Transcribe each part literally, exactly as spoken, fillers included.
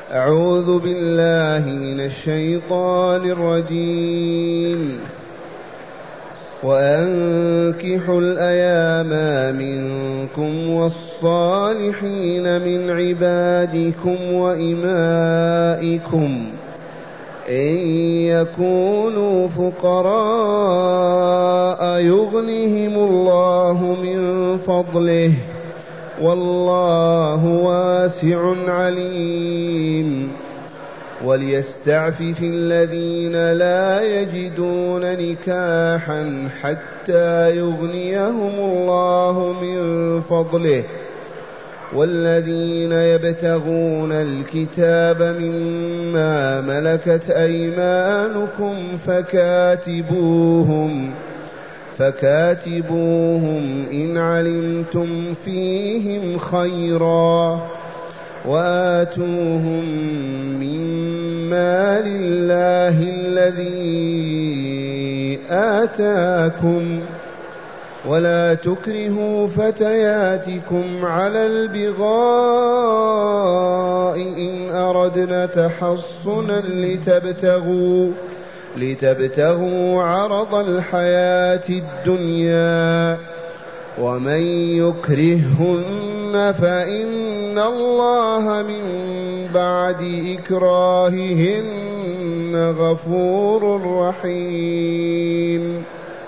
أعوذ بالله من الشيطان الرجيم وأنكحوا الأيام منكم والصالحين من عبادكم وإمائكم إن يكونوا فقراء يغنهم الله من فضله والله واسع عليم وليستعفف الذين لا يجدون نكاحا حتى يغنيهم الله من فضله والذين يبتغون الكتاب مما ملكت أيمانكم فكاتبوهم فكاتبوهم إن علمتم فيهم خيرا وآتوهم مما لله الذي آتاكم ولا تكرهوا فتياتكم على البغاء إن أردنا تحصنا لتبتغوا لتبتغوا عرض الحياة الدنيا ومن يكرههن فإن الله من بعد إكراههن غفور رحيم.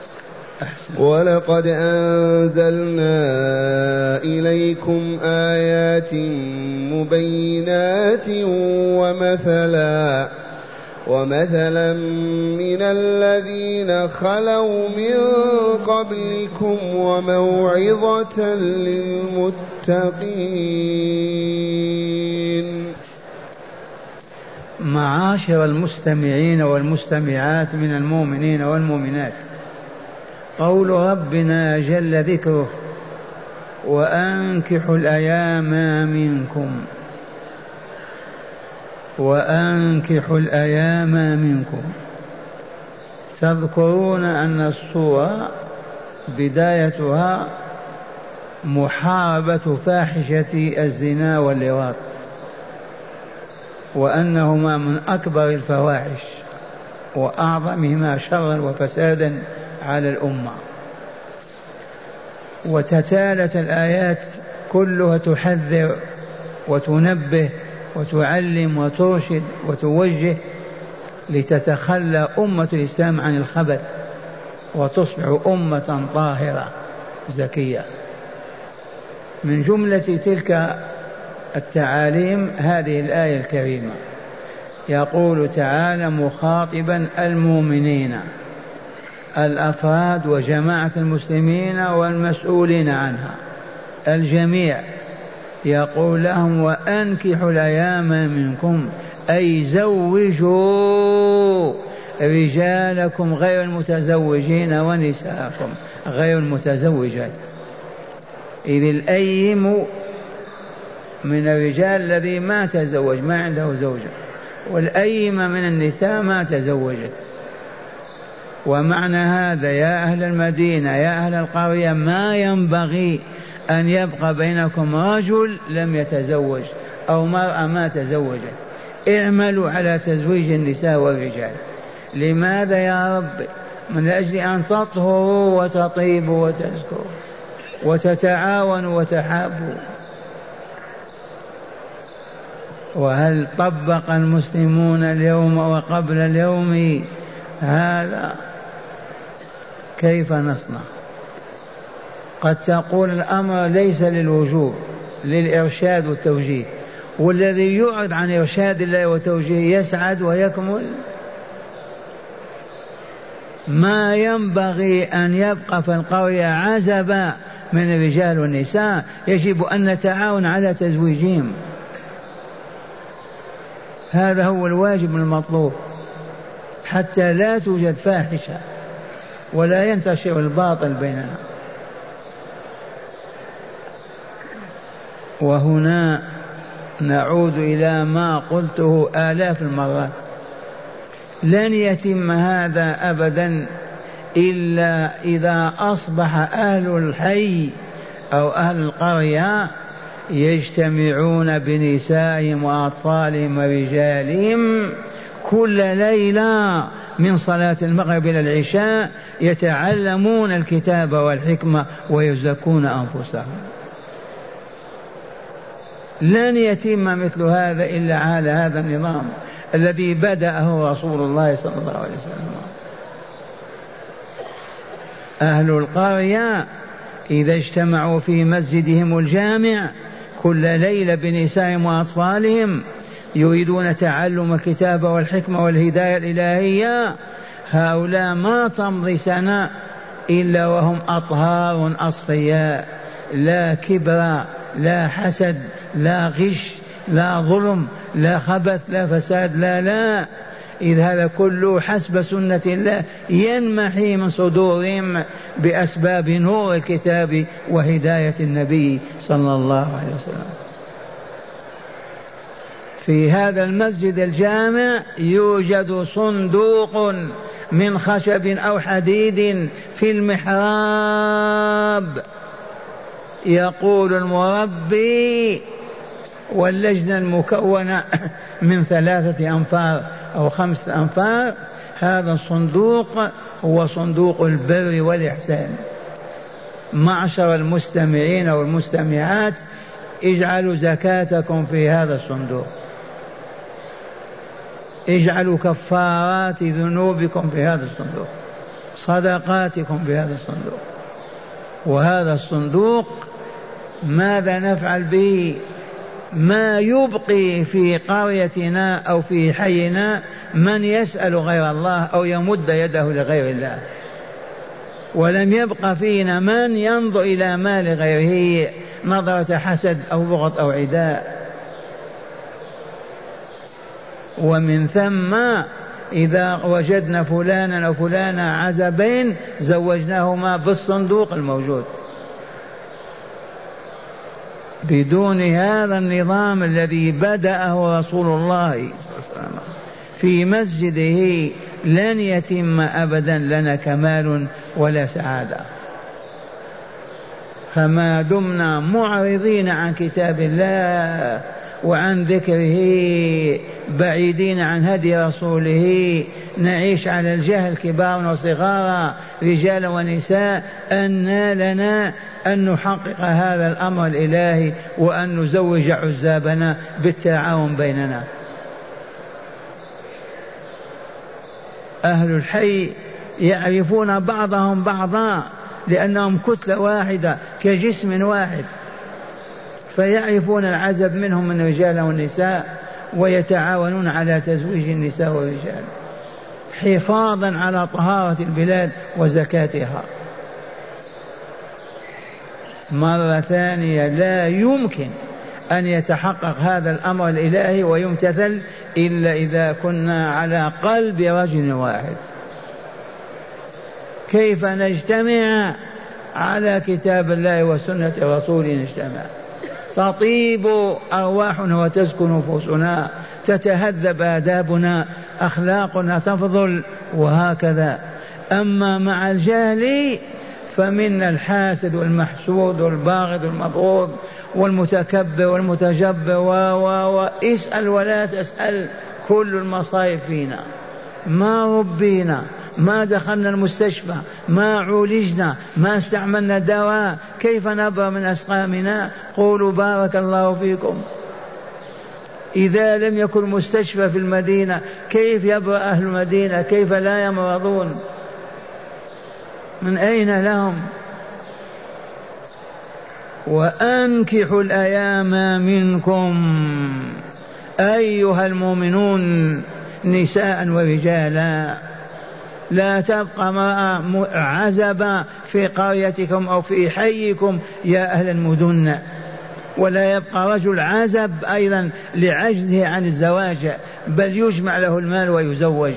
ولقد أنزلنا إليكم آيات مبينات ومثلا ومثلا من الذين خلوا من قبلكم وموعظة للمتقين. معاشر المستمعين والمستمعات من المؤمنين والمؤمنات، قول ربنا جل ذكره وأنكحوا الأيام منكم وأنكحوا الأيام منكم. تذكرون أن الصورة بدايتها محاربة فاحشة الزنا واللواط، وأنهما من أكبر الفواحش وأعظمهما شرا وفسادا على الأمة. وتتالت الآيات كلها تحذر وتنبه وتعلم وترشد وتوجه لتتخلى أمة الإسلام عن الخبث وتصبح أمة طاهرة زكية. من جملة تلك التعاليم هذه الآية الكريمة، يقول تعالى مخاطبا المؤمنين الأفراد وجماعة المسلمين والمسؤولين عنها الجميع، يقول لهم وأنكحوا الأيام منكم، أي زوجوا رجالكم غير المتزوجين ونساءكم غير المتزوجات. إذ الأيم من الرجال الذي ما تزوج ما عنده زوجة، والأيم من النساء ما تزوجت. ومعنى هذا يا أهل المدينة يا أهل القرية ما ينبغي أن يبقى بينكم رجل لم يتزوج أو مرأة ما تزوجت، اعملوا على تزويج النساء والرجال. لماذا يا رب؟ من أجل أن تطهروا وتطيبوا وتزكوا وتتعاونوا وتحابوا. وهل طبق المسلمون اليوم وقبل اليوم هذا؟ كيف نصنع؟ قد تقول الأمر ليس للوجوب، للإرشاد والتوجيه، والذي يعرض عن إرشاد الله وتوجيه يسعد ويكمل. ما ينبغي أن يبقى في القرية عزبا من الرجال والنساء، يجب أن نتعاون على تزويجهم. هذا هو الواجب المطلوب حتى لا توجد فاحشة ولا ينتشر الباطل بيننا. وهنا نعود إلى ما قلته آلاف المرات، لن يتم هذا أبدا إلا إذا أصبح أهل الحي أو أهل القرية يجتمعون بنسائهم وأطفالهم ورجالهم كل ليلة من صلاة المغرب إلى العشاء، يتعلمون الكتاب والحكمة ويزكون أنفسهم. لن يتم مثل هذا إلا على هذا النظام الذي بدأه رسول الله صلى الله عليه وسلم. أهل القرية إذا اجتمعوا في مسجدهم الجامع كل ليلة بنسائهم وأطفالهم يريدون تعلم الكتاب والحكمة والهداية الإلهية، هؤلاء ما تمضي سنة إلا وهم أطهار أصفياء، لا كبر لا حسد لا غش لا ظلم لا خبث لا فساد، لا لا إذ هذا كله حسب سنة الله ينمحي من صدورهم بأسباب نور الكتاب وهداية النبي صلى الله عليه وسلم. في هذا المسجد الجامع يوجد صندوق من خشب أو حديد في المحراب، يقول المربي واللجنة المكونة من ثلاثة أنفار أو خمسة أنفار: هذا الصندوق هو صندوق البر والإحسان. معشر المستمعين والمستمعات، اجعلوا زكاتكم في هذا الصندوق، اجعلوا كفارات ذنوبكم في هذا الصندوق، صدقاتكم في هذا الصندوق. وهذا الصندوق ماذا نفعل به؟ ما يبقي في قريتنا أو في حينا من يسأل غير الله أو يمد يده لغير الله، ولم يبق فينا من ينظر إلى مال غيره نظرة حسد أو بغض أو عداء. ومن ثم إذا وجدنا فلانا أو فلانا عزبين زوجناهما بالصندوق الموجود. بدون هذا النظام الذي بدأه رسول الله في مسجده لن يتم أبدا لنا كمال ولا سعادة. فما دمنا معرضين عن كتاب الله وعن ذكره بعيدين عن هدي رسوله نعيش على الجهل كبارا وصغارا رجالا ونساء، أن لنا أن نحقق هذا الأمر الإلهي وأن نزوج عزابنا بالتعاون بيننا. أهل الحي يعرفون بعضهم بعضا لأنهم كتلة واحدة كجسم واحد، فيعرفون العزب منهم من رجال والنساء ويتعاونون على تزويج النساء والرجال حفاظا على طهارة البلاد وزكاتها. مرة ثانية لا يمكن أن يتحقق هذا الأمر الإلهي ويمتثل إلا إذا كنا على قلب رجل واحد. كيف نجتمع على كتاب الله وسنة رسوله؟ نجتمع تطيب أرواحنا وتسكن نفوسنا، تتهذب آدابنا، أخلاقنا تفضل، وهكذا. أما مع الجهل فمنا الحاسد والمحسود والباغض والمبغوض والمتكبر والمتجبر و و و اسأل ولا تسأل، كل المصائب فينا. ما ربينا، ما دخلنا المستشفى، ما عولجنا، ما استعملنا دواء، كيف نبرأ من أسقامنا؟ قولوا بارك الله فيكم. إذا لم يكن مستشفى في المدينة كيف يبرأ أهل المدينة؟ كيف لا يمرضون؟ من أين لهم؟ وأنكحوا الأيام منكم أيها المؤمنون نساء ورجالا. لا تبقى امرأة عزبا في قريتكم أو في حيكم يا أهل المدن، ولا يبقى رجل عزب أيضا لعجزه عن الزواج، بل يجمع له المال ويزوج.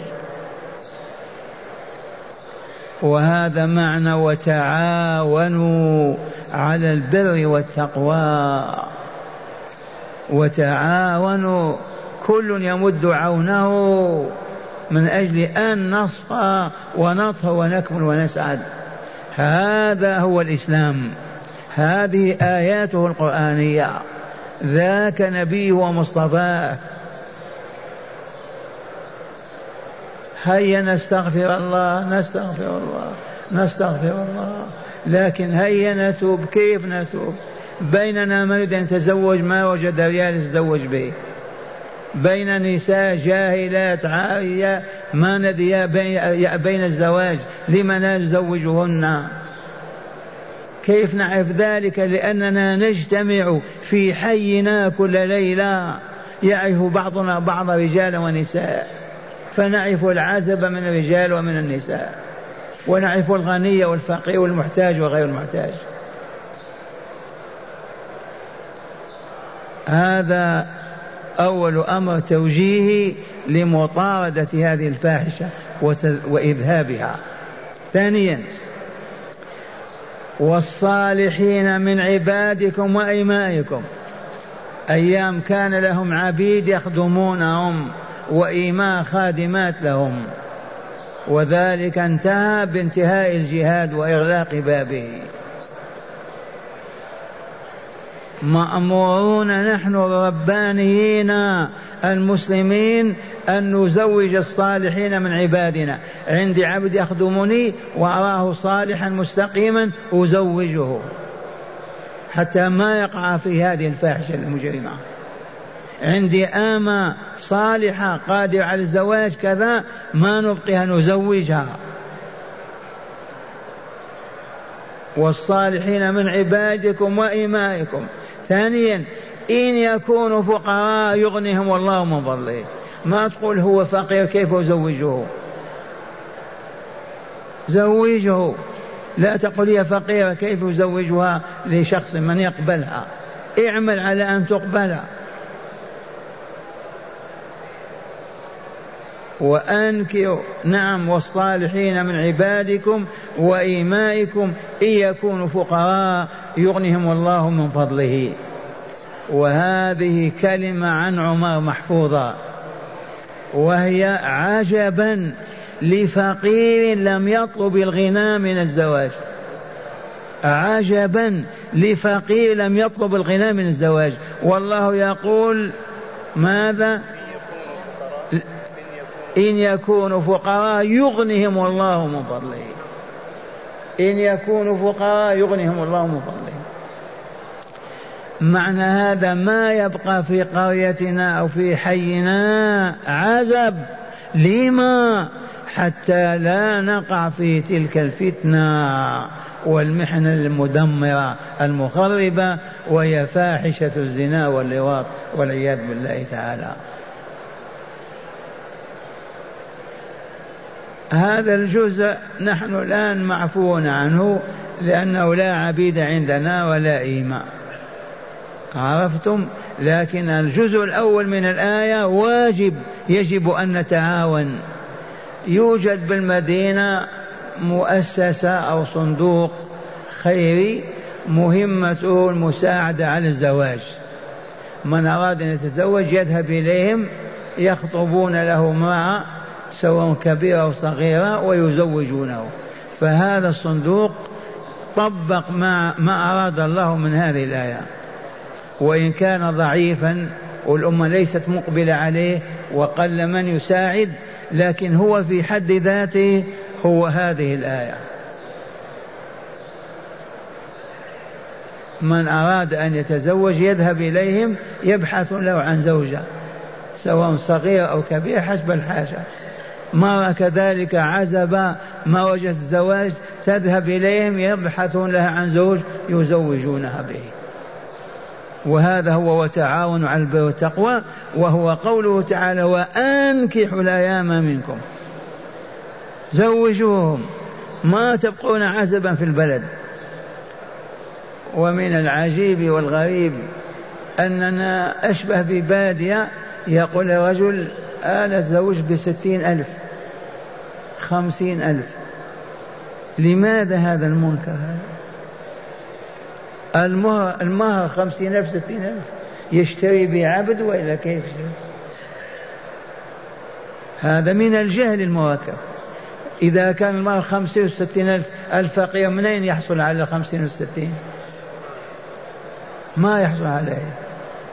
وهذا معنى وتعاونوا على البر والتقوى. وتعاونوا، كل يمد عونه من أجل أن نصفى ونطهر ونكمل ونسعد. هذا هو الإسلام، هذه آياته القرآنية. ذاك نبيه ومصطفاه. هيا نستغفر الله نستغفر الله نستغفر الله، لكن هيا نتوب. كيف نتوب؟ بيننا من يريد أن يتزوج ما وجد رجال يتزوج به، بين نساء جاهلات عارية ما ندري بين الزواج، لما لا نزوجهن؟ كيف نعرف ذلك؟ لأننا نجتمع في حينا كل ليلة، يعرف بعضنا بعض رجال ونساء، فنعرف العزب من الرجال ومن النساء، ونعرف الغني والفقير والمحتاج وغير المحتاج. هذا أول أمر توجيهي لمطاردة هذه الفاحشة وإذهابها. ثانيا، والصالحين من عبادكم وإمائكم. أيام كان لهم عبيد يخدمونهم وإيماء خادمات لهم، وذلك انتهى بانتهاء الجهاد وإغلاق بابه. مأمورون نحن الربانيين المسلمين أن نزوج الصالحين من عبادنا. عندي عبد يخدمني وأراه صالحا مستقيما أزوجه حتى ما يقع في هذه الفاحشة المجرمة. عندي آمة صالحة قادرة على الزواج كذا ما نبقيها نزوجها. والصالحين من عبادكم وإمائكم. ثانيا، إن يكونوا فقراء يغنيهم الله من فضله. ما تقول هو فقير كيف أزوجه؟ زوجه. لا تقول يا فقيرة كيف أزوجها لشخص من يقبلها. اعمل على أن تقبلها. وأنكروا نعم والصالحين من عبادكم وإمائكم إن يكونوا فقراء يغنيهم الله من فضله. وهذه كلمة عن عمر محفوظة، وهي عجبا لفقير لم يطلب الغنى من الزواج. عجبا لفقير لم يطلب الغنى من الزواج، والله يقول ماذا؟ إن يكونوا فقراء يغنيهم الله من فضله. إن يكونوا فقراء يغنيهم الله من فضله. معنى هذا ما يبقى في قريتنا أو في حينا عزب. لما؟ حتى لا نقع في تلك الفتنة والمحنة المدمرة المخربة، وهي فاحشة الزنا واللواط والعياذ بالله تعالى. هذا الجزء نحن الآن معفون عنه لأنه لا عبيد عندنا ولا إيماء، عرفتم؟ لكن الجزء الأول من الآية واجب، يجب أن نتعاون. يوجد بالمدينة مؤسسة أو صندوق خيري مهمته المساعدة على الزواج. من أراد أن يتزوج يذهب إليهم، يخطبون له امرأة سواء كبيرة أو صغيرة ويزوجونه. فهذا الصندوق طبق ما, ما أراد الله من هذه الآية، وإن كان ضعيفا والأمة ليست مقبلة عليه وقل من يساعد، لكن هو في حد ذاته هو هذه الآية. من أراد أن يتزوج يذهب إليهم يبحث له عن زوجة سواء صغير أو كبير حسب الحاجة. مرة كذلك عزب ما وجد الزواج تذهب إليهم يبحثون لها عن زوج يزوجونها به. وهذا هو وتعاونوا على البر والتقوى، وهو قوله تعالى وأنكحوا الأيام منكم. زوجوهم، ما تبقون عزبا في البلد. ومن العجيب والغريب أننا أشبه ببادية يقول الرجل أنا أتزوج بستين ألف خمسين ألف. لماذا هذا المنكر؟ هذا المهر, المهر خمسين ألف ستين ألف يشتري بعبد وإلا كيف؟ هذا من الجهل المركب. إذا كان المهر خمسين وستين ألف، الفقير منين يحصل على خمسين وستين؟ ما يحصل عليه.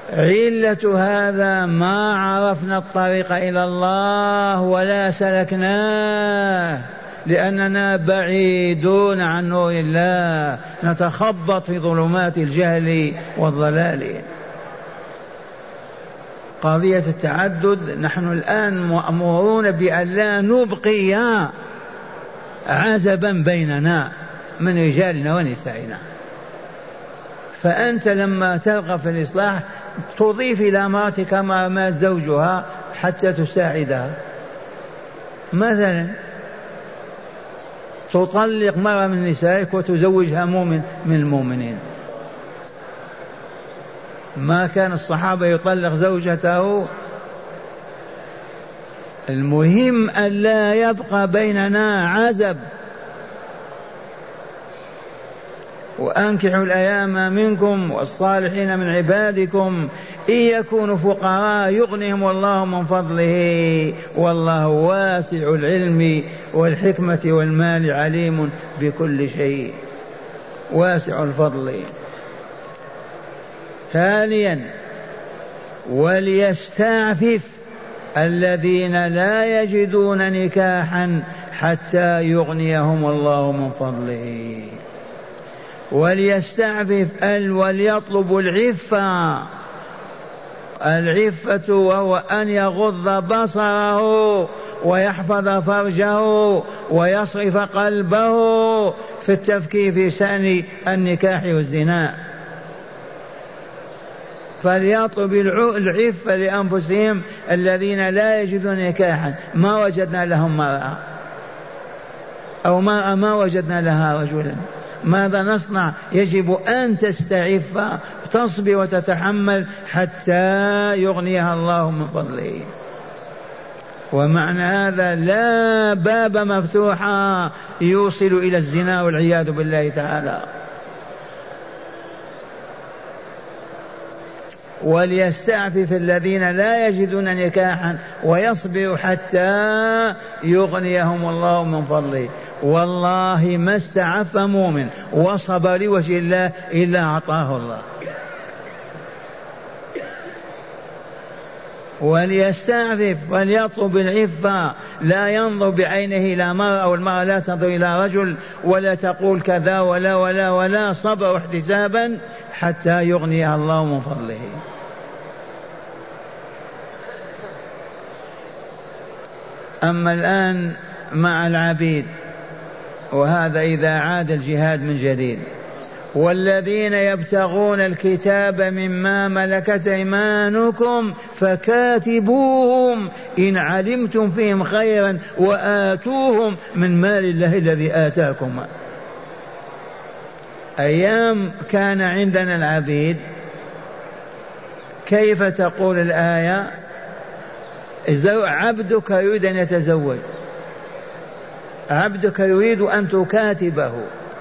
علة هذا ما عرفنا الطريق إلى الله ولا سلكناه، لأننا بعيدون عن نور الله، نتخبط في ظلمات الجهل والضلال. قضية التعدد نحن الآن مأمورون بأن لا نبقي عزبا بيننا من رجالنا ونسائنا. فأنت لما ترغب في الإصلاح تضيف إلى امرأتك ما مات زوجها حتى تساعدها. مثلا تطلق مرة من نسائك وتزوجها مؤمن من المؤمنين. ما كان الصحابة يطلق زوجته. المهم أن لا يبقى بيننا عزب. وأنكحوا الأيام منكم والصالحين من عبادكم إن يكونوا فقراء يغنيهم الله من فضله والله واسع العلم والحكمة والمال عليم بكل شيء واسع الفضل. ثانيا وليستعفف الذين لا يجدون نكاحا حتى يغنيهم الله من فضله. وليستعفف ال وليطلب العفة. العفة وهو أن يغض بصره ويحفظ فرجه ويصرف قلبه في التفكير في شأن النكاح والزنا. فليطلب العفة لأنفسهم الذين لا يجدون نكاحا. ما وجدنا لهم مرأة أو مرأة ما وجدنا لها رجلا، ماذا نصنع؟ يجب أن تستعف تصبر وتتحمل حتى يغنيها الله من فضله. ومعنى هذا لا باب مفتوحا يوصل إلى الزنا والعياذ بالله تعالى. وليستعفف الذين لا يجدون نكاحا ويصبروا حتى يغنيهم الله من فضله. والله ما استعف مؤمن وصبر لوجه الله إلا أعطاه الله. وليستعفف وليطلب العفة. لا ينظر بعينه إلى مرأة والمرأة لا تنظر إلى رجل ولا تقول كذا ولا ولا ولا صبر احتسابا حتى يغنيها الله من فضله. أما الآن مع العبيد، وهذا إذا عاد الجهاد من جديد. والذين يبتغون الكتاب مما ملكت أيمانكم فكاتبوهم إن علمتم فيهم خيرا وآتوهم من مال الله الذي آتاكم. أيام كان عندنا العبيد كيف تقول الآية؟ عبدك يريد أن يتزوج، عبدك يريد أن تكاتبه.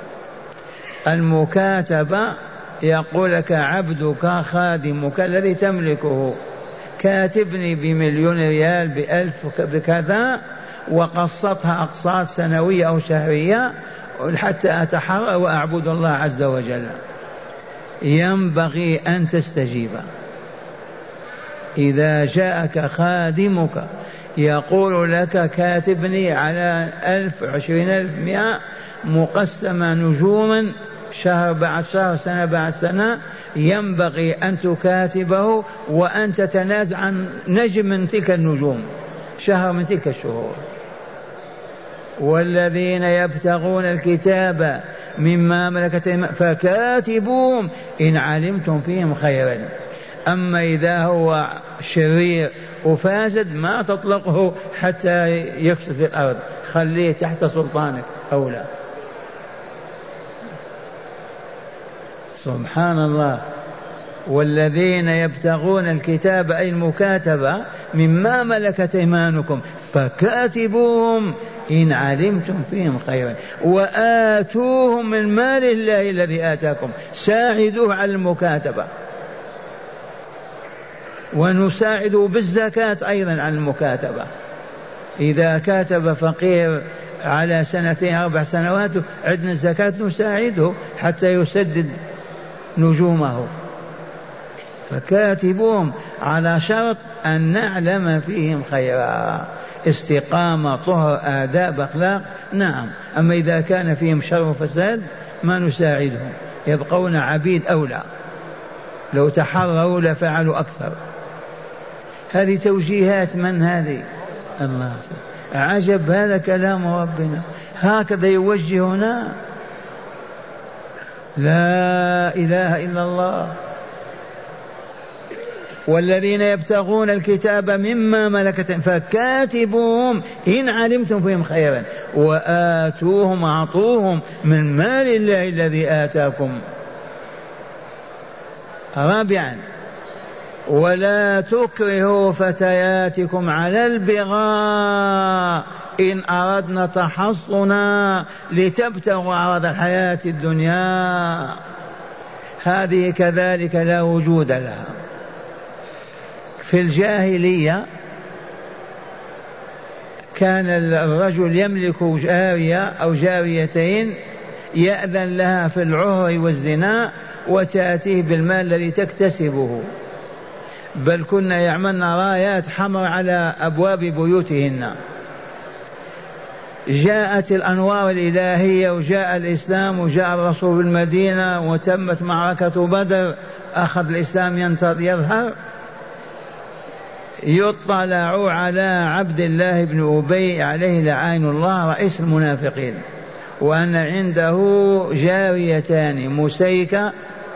المكاتبة يقول لك عبدك خادمك الذي تملكه كاتبني بمليون ريال بألف بكذا وقسطها أقساط سنوية أو شهرية حتى أتحرى وأعبد الله عز وجل. ينبغي أن تستجيب. إذا جاءك خادمك يقول لك كاتبني على ألف عشرين ألف مئة مقسمة نجوما شهر بعد شهر سنة بعد سنة، ينبغي أن تكاتبه وأن تتنازع عن نجم من تلك النجوم، شهر من تلك الشهور. والذين يبتغون الكتاب مما ملكت فكاتبوهم إن علمتم فيهم خيرا. أما إذا هو شرير وفاسد ما تطلقه حتى يفسد في الأرض، خليه تحت سلطانك أولى. سبحان الله. والذين يبتغون الكتاب أي المكاتبة مما ملكت أيمانكم فكاتبوهم إن علمتم فيهم خيرا وآتوهم من مال الله الذي آتاكم. ساعدوه على المكاتبة، ونساعده بالزكاة أيضا على المكاتبة. إذا كاتب فقير على سنتين أربع سنوات عندنا الزكاة نساعده حتى يسدد نجومه. فكاتبوهم على شرط أن نعلم فيهم خيرا، استقامة، طهر، آداب، أخلاق، نعم. أما إذا كان فيهم شر وفساد ما نساعدهم، يبقون عبيد أولى، لو تحرروا لفعلوا أكثر. هذه توجيهات من هذه؟ الله. عجب، هذا كلام ربنا، هكذا يوجهنا. لا إله إلا الله. والذين يبتغون الكتاب مما ملكت فكاتبوهم إن علمتم فيهم خيرا وآتوهم، أعطوهم من مال الله الذي آتاكم. رابعا ولا تكرهوا فتياتكم على البغاء إن أردنا تحصنا لتبتغوا عرض الحياة الدنيا، هذه كذلك لا وجود لها. في الجاهلية كان الرجل يملك جارية أو جاريتين، يأذن لها في العهر والزنا وتأتيه بالمال الذي تكتسبه، بل كنا يعملن رايات حمر على أبواب بيوتهن. جاءت الأنوار الإلهية وجاء الإسلام وجاء الرسول المدينة وتمت معركة بدر، أخذ الإسلام يظهر، يطلع على عبد الله بن أبي عليه لعين الله رئيس المنافقين، وأن عنده جاريتان مسيكة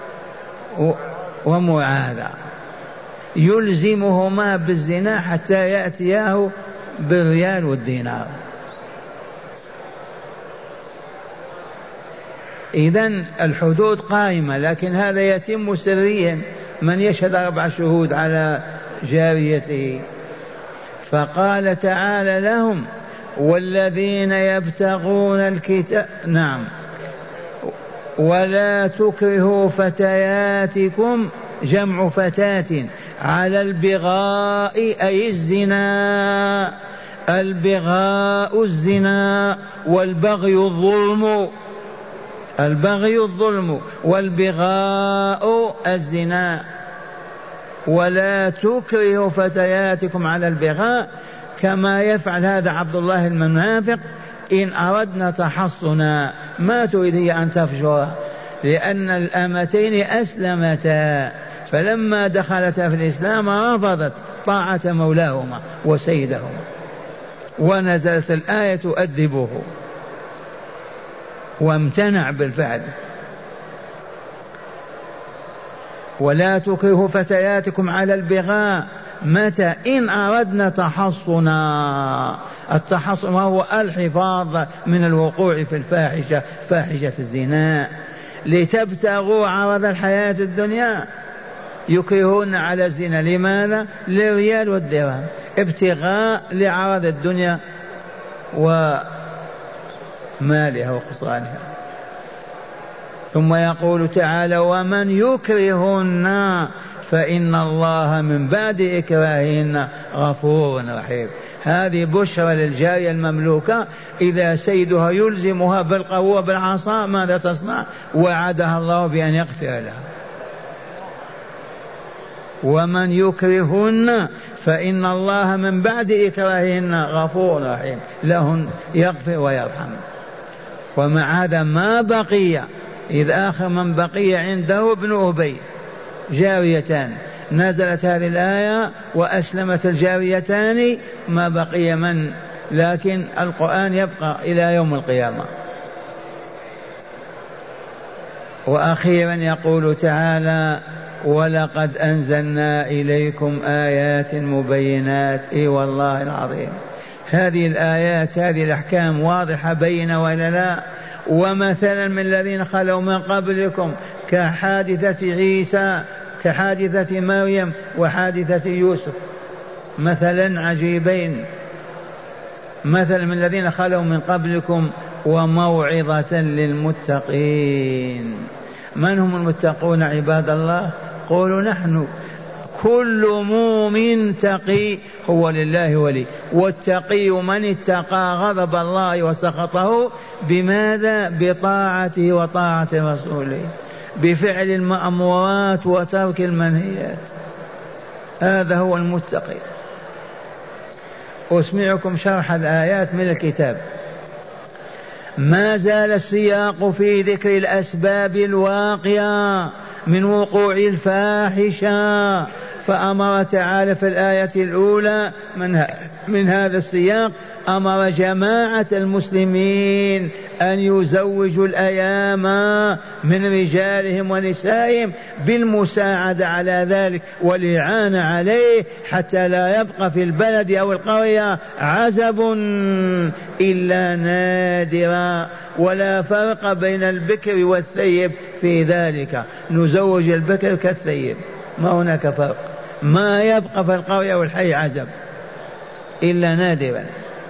ومعاذة، يلزمهما بالزنا حتى يأتياه بالريال والدينار. إذن الحدود قائمة، لكن هذا يتم سريا، من يشهد أربع شهود على جاريته. فقال تعالى لهم والذين يبتغون الكتاب، نعم، ولا تكرهوا فتياتكم، جمع فتاة، على البغاء أي الزنا. البغاء الزنا، والبغي الظلم، البغي الظلم والبغاء الزنا. ولا تكرهوا فتياتكم على البغاء، كما يفعل هذا عبد الله المنافق، إن أردنا تحصنا، ما تريد هي أن تفجر، لأن الأمتين أسلمتا، فلما دخلتا في الإسلام رفضت طاعة مولاهما وسيدهما، ونزلت الآية تؤدبه وامتنع بالفعل. ولا تكرهوا فتياتكم على البغاء، متى؟ إن أردنا تحصنا. التحصن هو الحفاظ من الوقوع في الفاحشة، فاحشة الزنا، لتبتغوا عرض الحياة الدنيا. يكرهون على الزنا، لماذا؟ للريال والدرهم، ابتغاء لعرض الدنيا ومالها وخسرانها. ثم يقول تعالى ومن يكرهن فإن الله من بعد إكراههن غفور رحيم. هذه بشرى للجارية المملوكة، إذا سيدها يلزمها بالقوة بالعصا ماذا تصنع؟ وعدها الله بأن يغفر لها. ومن يكرهن فإن الله من بعد إكراههن غفور رحيم، لهن يغفر ويرحم. ومع هذا ما بقي، إذ آخر من بقي عنده ابن أبي، جاريتان، نزلت هذه الآية وأسلمت الجاريتان، ما بقي من، لكن القرآن يبقى إلى يوم القيامة. وأخيرا يقول تعالى ولقد أنزلنا إليكم آيات مبينات. إي والله العظيم، هذه الآيات، هذه الأحكام واضحة بينة ولا لا؟ ومثلا من الذين خلوا من قبلكم كحادثة عيسى، كحادثة مريم وحادثة يوسف، مثلا عجيبين. مثل من الذين خلوا من قبلكم وموعظة للمتقين. من هم المتقون عباد الله؟ قولوا نحن. كل مؤمن تقي هو لله ولي، والتقي من اتقى غضب الله وسخطه بماذا؟ بطاعته وطاعة رسوله. بفعل المأمورات وترك المنهيات. هذا هو المتقي. أسمعكم شرح الآيات من الكتاب. ما زال السياق في ذكر الأسباب الواقعة من وقوع الفاحشة، فأمر تعالى في الآية الأولى من, من هذا السياق أمر جماعة المسلمين أن يزوجوا الأيام من رجالهم ونسائهم بالمساعدة على ذلك والإعانة عليه، حتى لا يبقى في البلد أو القرية عزب إلا نادرا. ولا فرق بين البكر والثيب في ذلك، نزوج البكر كالثيب، ما هناك فرق. ما يبقى في القرية والحي عزب إلا نادرا.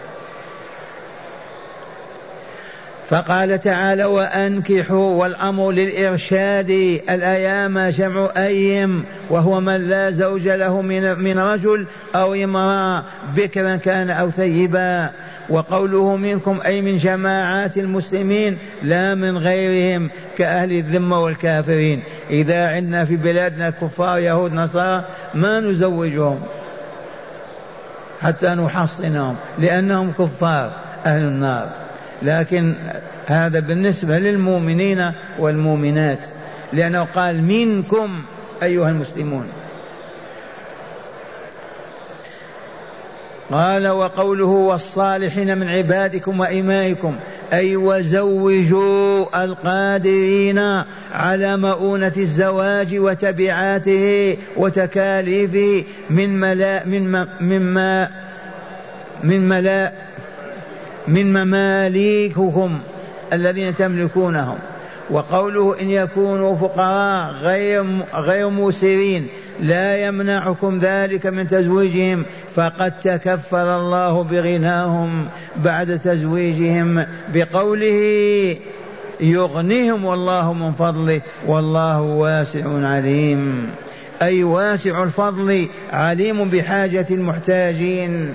فقال تعالى وأنكحوا، والأمر للإرشاد. الأيام جمع أيم، وهو من لا زوج له من, من رجل أو امرأة بكرا كان أو ثيبا. وقوله منكم أي من جماعات المسلمين لا من غيرهم كأهل الذمة والكافرين. إذا عندنا في بلادنا كفار يهود نصارى ما نزوجهم حتى نحصنهم لأنهم كفار أهل النار، لكن هذا بالنسبة للمؤمنين والمؤمنات، لأنه قال منكم أيها المسلمون. قال وقوله والصالحين من عبادكم وإمائكم، أي وزوجوا القادرين على مؤونة الزواج وتبعاته وتكاليفه من ملا من مما من ملا من مماليككم الذين تملكونهم. وقوله إن يكونوا فقراء غير غير موسرين لا يمنعكم ذلك من تزويجهم، فقد تكفل الله بغناهم بعد تزويجهم بقوله يغنيهم والله من فضله والله واسع عليم، أي واسع الفضل عليم بحاجة المحتاجين.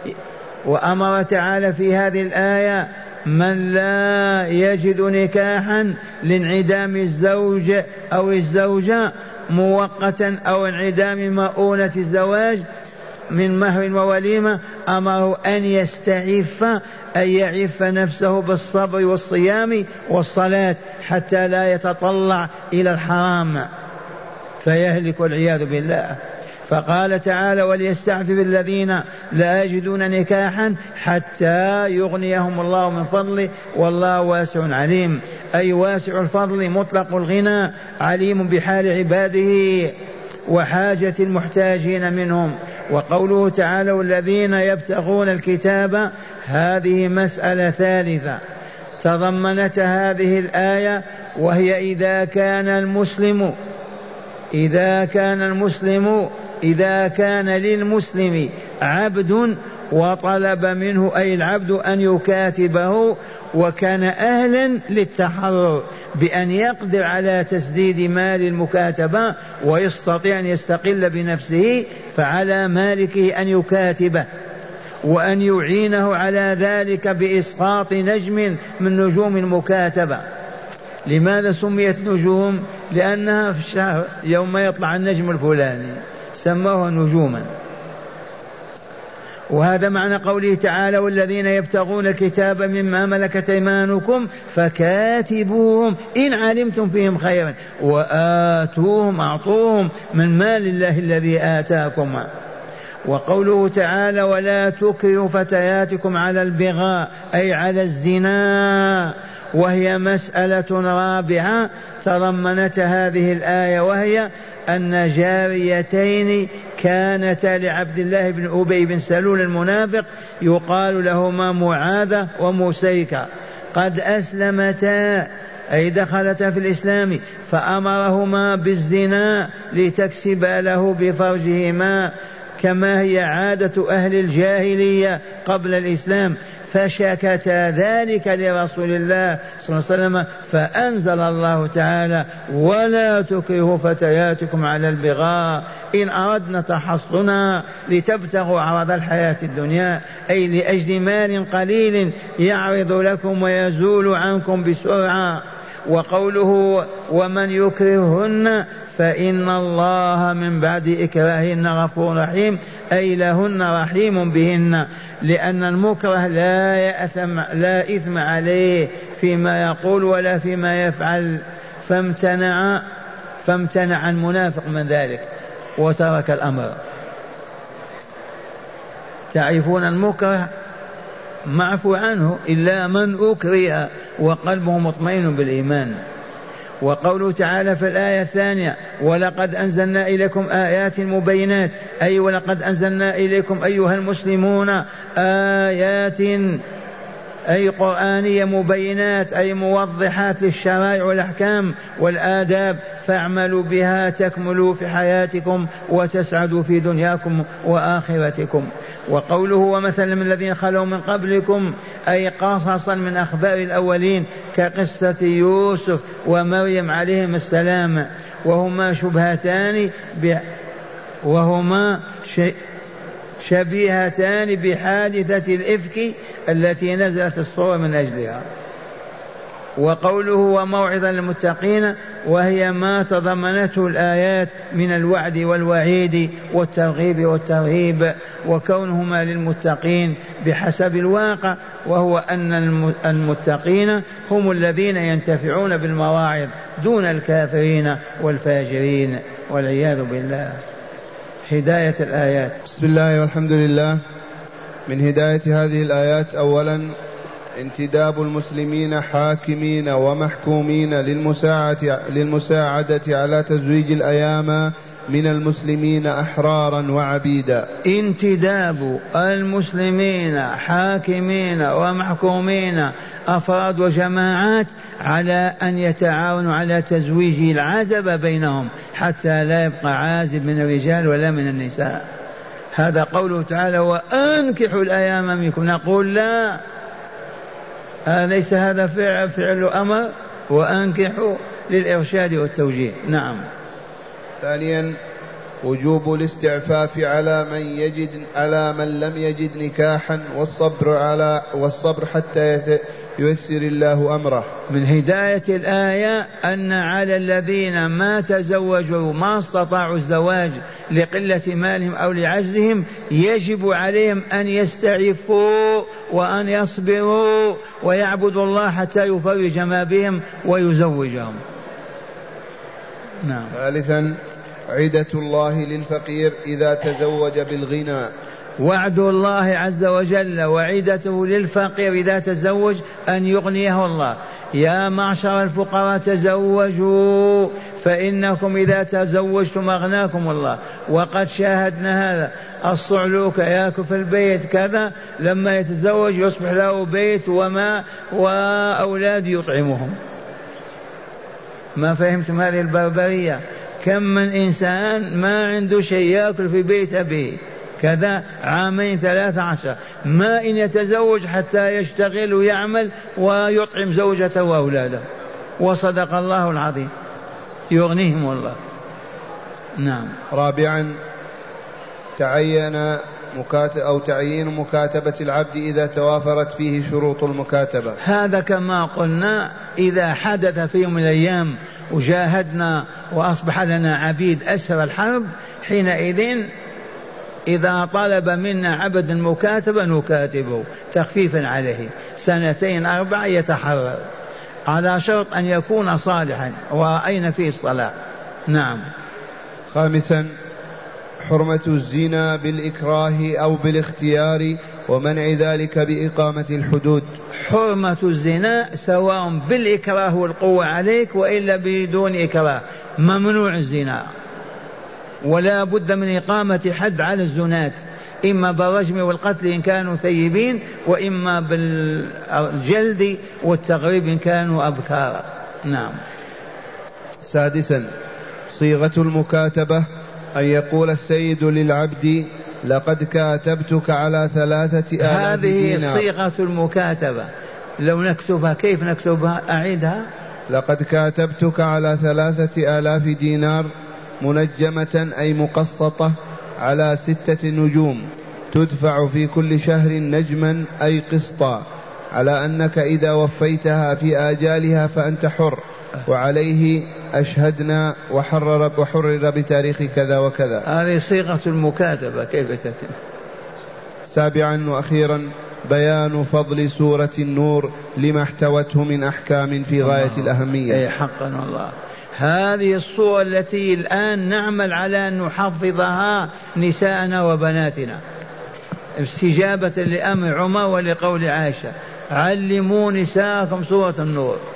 وأمر تعالى في هذه الآية من لا يجد نكاحا لانعدام الزوج أو الزوجة مؤقتا أو انعدام مؤونة الزواج من مهر ووليمة، أمره أن يستعف، أن يعف نفسه بالصبر والصيام والصلاة حتى لا يتطلع إلى الحرام فيهلك والعياذ بالله. فقال تعالى وليستعفف الذين لا يجدون نكاحا حتى يغنيهم الله من فضله والله واسع عليم، أي واسع الفضل مطلق الغنى عليم بحال عباده وحاجة المحتاجين منهم. وقوله تعالى والذين يبتغون الكتاب، هذه مسألة ثالثة تضمنتها هذه الآية، وهي إذا كان المسلم إذا كان المسلم إذا كان للمسلم عبد وطلب منه أي العبد أن يكاتبه وكان أهلا للتحرر بأن يقدر على تسديد مال المكاتبة ويستطيع أن يستقل بنفسه، فعلى مالكه أن يكاتبه وأن يعينه على ذلك بإسقاط نجم من نجوم المكاتبة. لماذا سميت نجوم؟ لأنها في الشهر يوم يطلع النجم الفلاني سموه نجوما. وهذا معنى قوله تعالى والذين يبتغون الكتاب مما ملكت أيمانكم فكاتبوهم إن علمتم فيهم خيرا وآتوهم أعطوهم من مال الله الذي آتاكم. وقوله تعالى ولا تكرهوا فتياتكم على البغاء أي على الزنا، وهي مسألة رابعة تضمنت هذه الآية، وهي أن جاريتين كانتا لعبد الله بن أبي بن سلول المنافق يقال لهما معاذة ومسيكة قد أسلمتا أي دخلتا في الإسلام، فأمرهما بالزنا لتكسب له بفرجهما كما هي عادة أهل الجاهلية قبل الإسلام، فشكتا ذلك لرسول الله صلى الله عليه وسلم، فأنزل الله تعالى ولا تكرهوا فتياتكم على البغاء إن أردنا تحصنا لتبتغوا عرض الحياة الدنيا، أي لأجل مال قليل يعرض لكم ويزول عنكم بسرعة. وقوله ومن يكرههن فإن الله من بعد إكراههن غفور رحيم، أي لهن رحيم بهن، لأن المكره لا يأثم لا إثم عليه فيما يقول ولا فيما يفعل، فامتنع فامتنع المنافق من ذلك وترك الأمر. تعرفون المكره معفو عنه إلا من أكره وقلبه مطمئن بالإيمان. وقوله تعالى في الآية الثانية ولقد أنزلنا إليكم آيات مبينات، أي ولقد أنزلنا إليكم أيها المسلمون آيات أي قرآنية مبينات، أي موضحات للشرائع والأحكام والآداب، فاعملوا بها تكملوا في حياتكم وتسعدوا في دنياكم وآخرتكم. وقوله ومثلا من الذين خلوا من قبلكم، أي قصصا من أخبار الأولين كقصة يوسف ومريم عليهم السلام، وهما شبهتان وهما شبيهتان بحادثة الإفك التي نزلت الصورة من أجلها. وقوله وموعظة للمتقين، وهي ما تضمنته الآيات من الوعد والوعيد والترغيب والترهيب، وكونهما للمتقين بحسب الواقع، وهو أن المتقين هم الذين ينتفعون بالمواعظ دون الكافرين والفاجرين والعياذ بالله. هداية الآيات. بسم الله والحمد لله. من هداية هذه الآيات أولا انتداب المسلمين حاكمين ومحكومين للمساعدة, للمساعدة على تزويج الأيام من المسلمين أحرارا وعبيدا. انتداب المسلمين حاكمين ومحكومين أفراد وجماعات على أن يتعاونوا على تزويج العزب بينهم حتى لا يبقى عازب من الرجال ولا من النساء. هذا قوله تعالى وأنكحوا الأيام منكم. نقول لا، أليس هذا فعل, فعل أمر؟ وأنكحوا للإرشاد والتوجيه. نعم. ثانيا وجوب الاستعفاف على من يجد على من لم يجد نكاحا والصبر على والصبر حتى ييسر الله أمره. من هداية الآية أن على الذين ما تزوجوا ما استطاعوا الزواج لقلة مالهم أو لعجزهم يجب عليهم أن يستعفوا وأن يصبروا ويعبدوا الله حتى يفرج ما بهم ويزوجهم. نعم. ثالثا عدة الله للفقير إذا تزوج بالغنى. وعد الله عز وجل وعدته للفقير إذا تزوج أن يغنيه الله. يا معشر الفقراء تزوجوا فإنكم إذا تزوجتم أغناكم الله. وقد شاهدنا هذا، الصعلوك ياكل في البيت كذا، لما يتزوج يصبح له بيت وما وأولاد يطعمهم. ما فهمتم هذه البربرية؟ كم من إنسان ما عنده شيء يأكل في بيت أبيه كذا عامين ثلاثة عشر، ما إن يتزوج حتى يشتغل ويعمل ويطعم زوجته وأولاده. وصدق الله العظيم، يغنيهم الله. نعم. رابعا تعين مكاتب أو تعيين مكاتبة العبد إذا توافرت فيه شروط المكاتبة. هذا كما قلنا إذا حدث في يوم من الأيام وجاهدنا وأصبح لنا عبيد أسر الحرب، حينئذ إذا طلب منا عبد المكاتبة نكاتبه تخفيفا عليه سنتين أربع يتحرر، على شرط أن يكون صالحا ورأينا فيه الصلاة. نعم. خامسا حرمة الزنا بالإكراه أو بالاختيار ومنع ذلك بإقامة الحدود. حرمة الزنا سواء بالإكراه والقوة عليك وإلا بدون إكراه، ممنوع الزنا، ولا بد من إقامة حد على الزنات، إما بالرجم والقتل إن كانوا ثيبين، وإما بالجلد والتغريب إن كانوا أبكارا. نعم. سادسا صيغة المكاتبة أن يقول السيد للعبد لقد كاتبتك على ثلاثة آلاف هذه دينار. صيغة المكاتبة، لو نكتبها كيف نكتبها؟ أعيدها. لقد كاتبتك على ثلاثة آلاف دينار منجمة أي مقسطة على ستة نجوم تدفع في كل شهر نجما أي قسطا، على أنك إذا وفيتها في آجالها فأنت حر، وعليه أشهدنا وحرر وحرر بتاريخ كذا وكذا. هذه صيغة المكاتبة كيف تتم. سابعا وأخيرا بيان فضل سورة النور لما احتوته من أحكام في غاية الأهمية. أي حقا والله هذه الصورة التي الآن نعمل على أن نحفظها نساءنا وبناتنا استجابة لأمر عمر ولقول عائشة علموا نساءكم سورة النور.